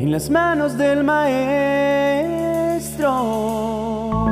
en las manos del Maestro.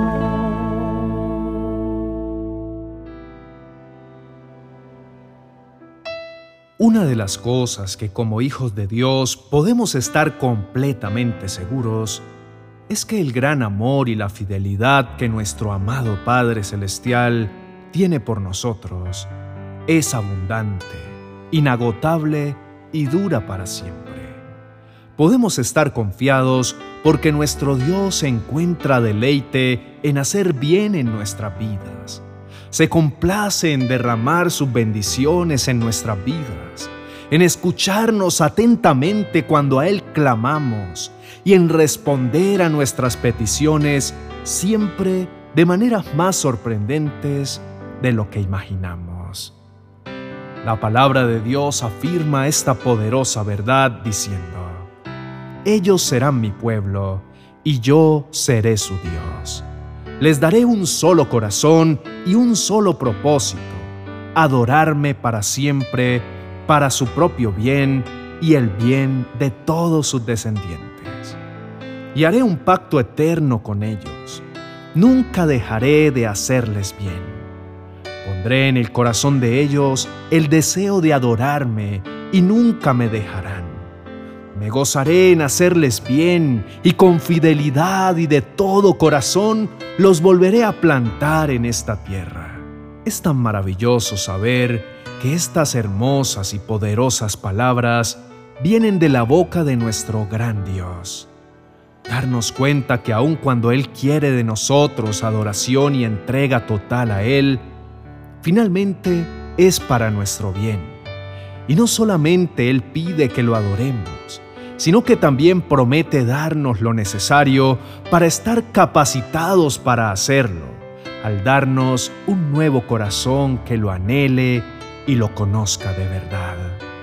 Una de las cosas que como hijos de Dios podemos estar completamente seguros es que el gran amor y la fidelidad que nuestro amado Padre Celestial tiene por nosotros es abundante, inagotable y dura para siempre. Podemos estar confiados porque nuestro Dios encuentra deleite en hacer bien en nuestras vidas. Se complace en derramar sus bendiciones en nuestras vidas, en escucharnos atentamente cuando a Él clamamos y en responder a nuestras peticiones siempre de maneras más sorprendentes de lo que imaginamos. La palabra de Dios afirma esta poderosa verdad diciendo: ellos serán mi pueblo y yo seré su Dios. Les daré un solo corazón y un solo propósito: adorarme para siempre, para su propio bien y el bien de todos sus descendientes. Y haré un pacto eterno con ellos. Nunca dejaré de hacerles bien. Pondré en el corazón de ellos el deseo de adorarme y nunca me dejarán. Me gozaré en hacerles bien y con fidelidad y de todo corazón los volveré a plantar en esta tierra. Es tan maravilloso saber que estas hermosas y poderosas palabras vienen de la boca de nuestro gran Dios. Darnos cuenta que aun cuando Él quiere de nosotros adoración y entrega total a Él, finalmente es para nuestro bien. Y no solamente Él pide que lo adoremos, sino que también promete darnos lo necesario para estar capacitados para hacerlo, al darnos un nuevo corazón que lo anhele y lo conozca de verdad.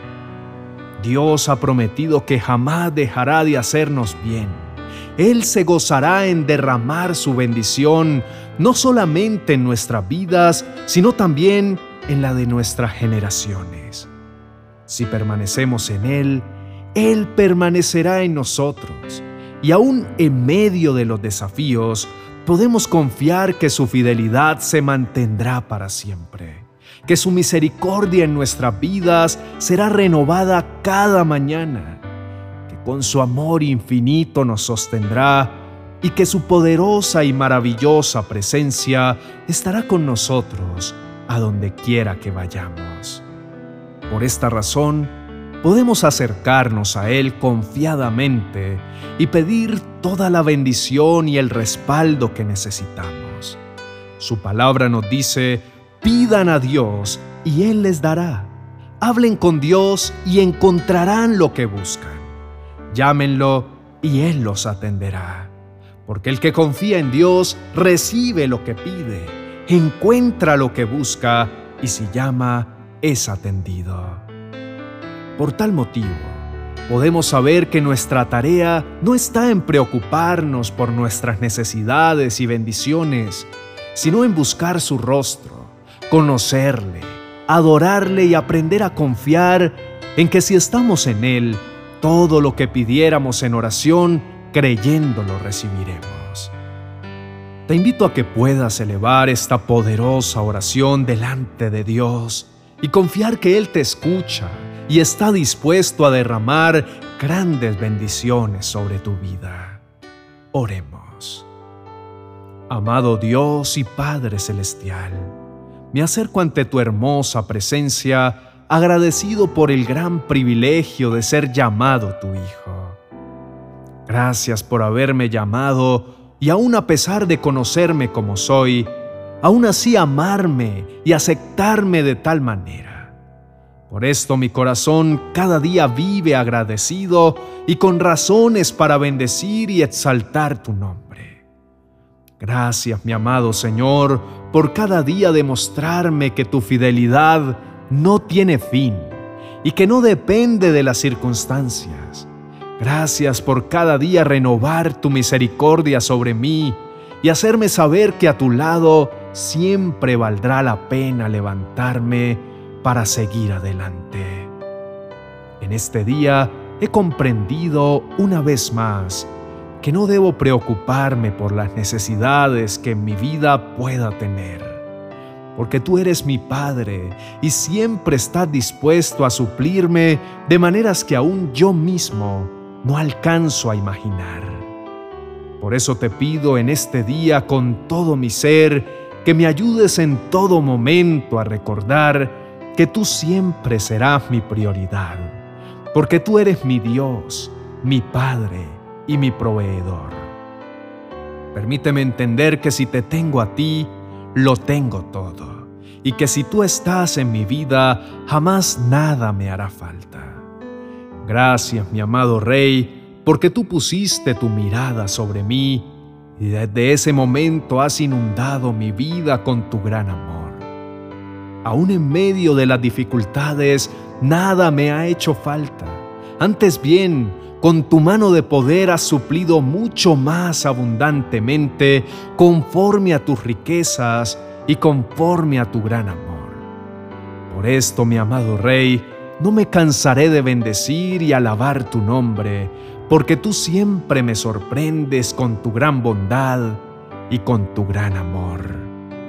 Dios ha prometido que jamás dejará de hacernos bien. Él se gozará en derramar su bendición, no solamente en nuestras vidas, sino también en la de nuestras generaciones. Si permanecemos en Él, Él permanecerá en nosotros, y aún en medio de los desafíos, podemos confiar que su fidelidad se mantendrá para siempre, que su misericordia en nuestras vidas será renovada cada mañana, que con su amor infinito nos sostendrá y que su poderosa y maravillosa presencia estará con nosotros a donde quiera que vayamos. Por esta razón, podemos acercarnos a Él confiadamente y pedir toda la bendición y el respaldo que necesitamos. Su palabra nos dice: pidan a Dios y Él les dará. Hablen con Dios y encontrarán lo que buscan. Llámenlo y Él los atenderá. Porque el que confía en Dios recibe lo que pide, encuentra lo que busca y si llama, es atendido. Por tal motivo, podemos saber que nuestra tarea no está en preocuparnos por nuestras necesidades y bendiciones, sino en buscar su rostro, conocerle, adorarle y aprender a confiar en que si estamos en Él, todo lo que pidiéramos en oración, creyendo lo recibiremos. Te invito a que puedas elevar esta poderosa oración delante de Dios y confiar que Él te escucha y está dispuesto a derramar grandes bendiciones sobre tu vida. Oremos. Amado Dios y Padre Celestial, me acerco ante tu hermosa presencia, agradecido por el gran privilegio de ser llamado tu Hijo. Gracias por haberme llamado y aún a pesar de conocerme como soy, aún así amarme y aceptarme de tal manera. Por esto mi corazón cada día vive agradecido y con razones para bendecir y exaltar tu nombre. Gracias, mi amado Señor, por cada día demostrarme que tu fidelidad no tiene fin y que no depende de las circunstancias. Gracias por cada día renovar tu misericordia sobre mí y hacerme saber que a tu lado siempre valdrá la pena levantarme para seguir adelante. En este día he comprendido una vez más que no debo preocuparme por las necesidades que en mi vida pueda tener, porque tú eres mi Padre y siempre estás dispuesto a suplirme de maneras que aún yo mismo no alcanzo a imaginar. Por eso te pido en este día con todo mi ser que me ayudes en todo momento a recordar que tú siempre serás mi prioridad, porque tú eres mi Dios, mi Padre y mi proveedor. Permíteme entender que si te tengo a ti, lo tengo todo, y que si tú estás en mi vida, jamás nada me hará falta. Gracias, mi amado Rey, porque tú pusiste tu mirada sobre mí y desde ese momento has inundado mi vida con tu gran amor. Aún en medio de las dificultades, nada me ha hecho falta. Antes bien, con tu mano de poder has suplido mucho más abundantemente conforme a tus riquezas y conforme a tu gran amor. Por esto, mi amado Rey, no me cansaré de bendecir y alabar tu nombre, porque tú siempre me sorprendes con tu gran bondad y con tu gran amor.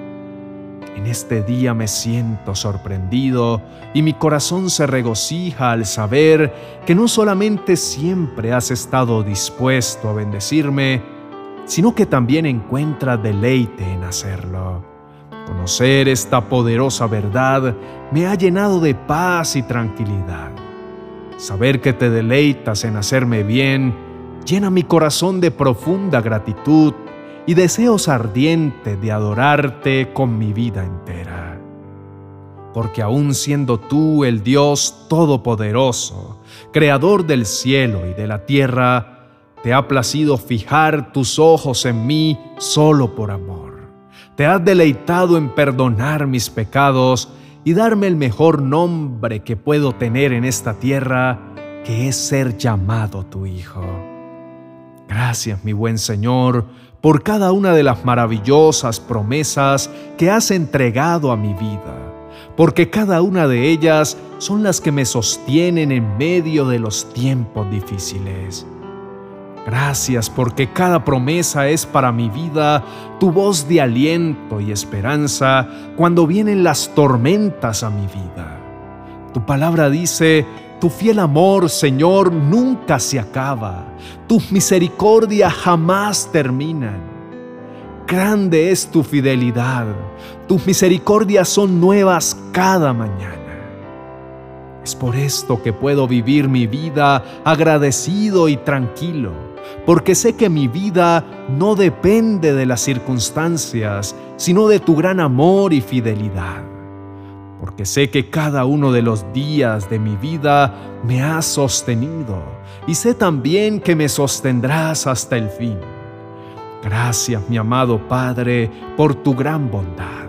En este día me siento sorprendido y mi corazón se regocija al saber que no solamente siempre has estado dispuesto a bendecirme, sino que también encuentras deleite en hacerlo. Conocer esta poderosa verdad me ha llenado de paz y tranquilidad. Saber que te deleitas en hacerme bien llena mi corazón de profunda gratitud y deseos ardientes de adorarte con mi vida entera. Porque aún siendo tú el Dios Todopoderoso, Creador del cielo y de la tierra, te ha placido fijar tus ojos en mí solo por amor. Te has deleitado en perdonar mis pecados y darme el mejor nombre que puedo tener en esta tierra, que es ser llamado tu Hijo. Gracias, mi buen Señor, por cada una de las maravillosas promesas que has entregado a mi vida, porque cada una de ellas son las que me sostienen en medio de los tiempos difíciles. Gracias porque cada promesa es para mi vida tu voz de aliento y esperanza cuando vienen las tormentas a mi vida. Tu palabra dice: tu fiel amor, Señor, nunca se acaba. Tus misericordias jamás terminan. Grande es tu fidelidad. Tus misericordias son nuevas cada mañana. Es por esto que puedo vivir mi vida agradecido y tranquilo, porque sé que mi vida no depende de las circunstancias, sino de tu gran amor y fidelidad. Porque sé que cada uno de los días de mi vida me has sostenido y sé también que me sostendrás hasta el fin. Gracias, mi amado Padre, por tu gran bondad.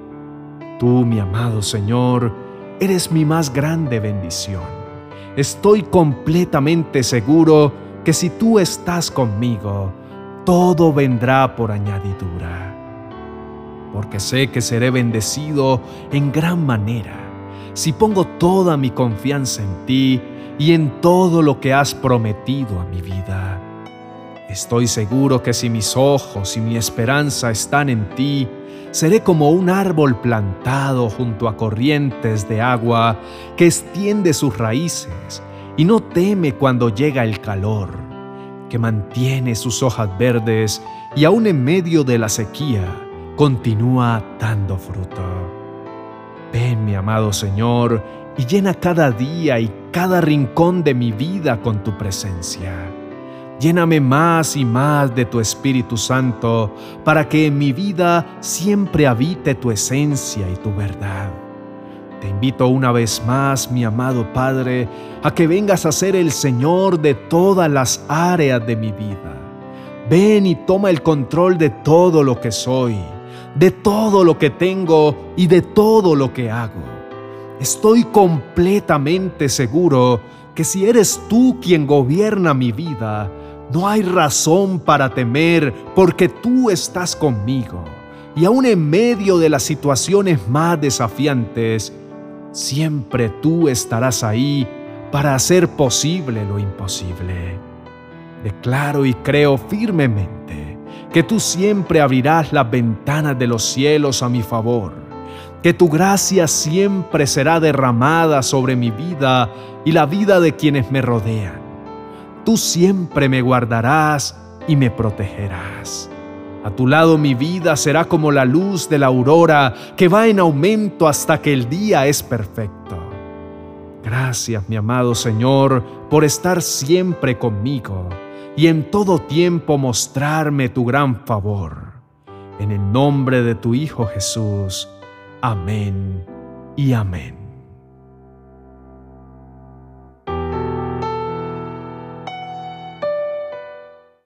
Tú, mi amado Señor, eres mi más grande bendición. Estoy completamente seguro que si tú estás conmigo, todo vendrá por añadidura. Porque sé que seré bendecido en gran manera si pongo toda mi confianza en ti y en todo lo que has prometido a mi vida. Estoy seguro que si mis ojos y mi esperanza están en ti, seré como un árbol plantado junto a corrientes de agua que extiende sus raíces y no teme cuando llega el calor, que mantiene sus hojas verdes y aún en medio de la sequía continúa dando fruto. Ven, mi amado Señor, y llena cada día y cada rincón de mi vida con tu presencia. Lléname más y más de tu Espíritu Santo para que en mi vida siempre habite tu esencia y tu verdad. Te invito una vez más, mi amado Padre, a que vengas a ser el Señor de todas las áreas de mi vida. Ven y toma el control de todo lo que soy, de todo lo que tengo y de todo lo que hago. Estoy completamente seguro que si eres tú quien gobierna mi vida, no hay razón para temer porque tú estás conmigo. Y aún en medio de las situaciones más desafiantes, siempre tú estarás ahí para hacer posible lo imposible. Declaro y creo firmemente que tú siempre abrirás las ventanas de los cielos a mi favor, que tu gracia siempre será derramada sobre mi vida y la vida de quienes me rodean. Tú siempre me guardarás y me protegerás. A tu lado mi vida será como la luz de la aurora que va en aumento hasta que el día es perfecto. Gracias, mi amado Señor, por estar siempre conmigo y en todo tiempo mostrarme tu gran favor. En el nombre de tu Hijo Jesús. Amén y amén.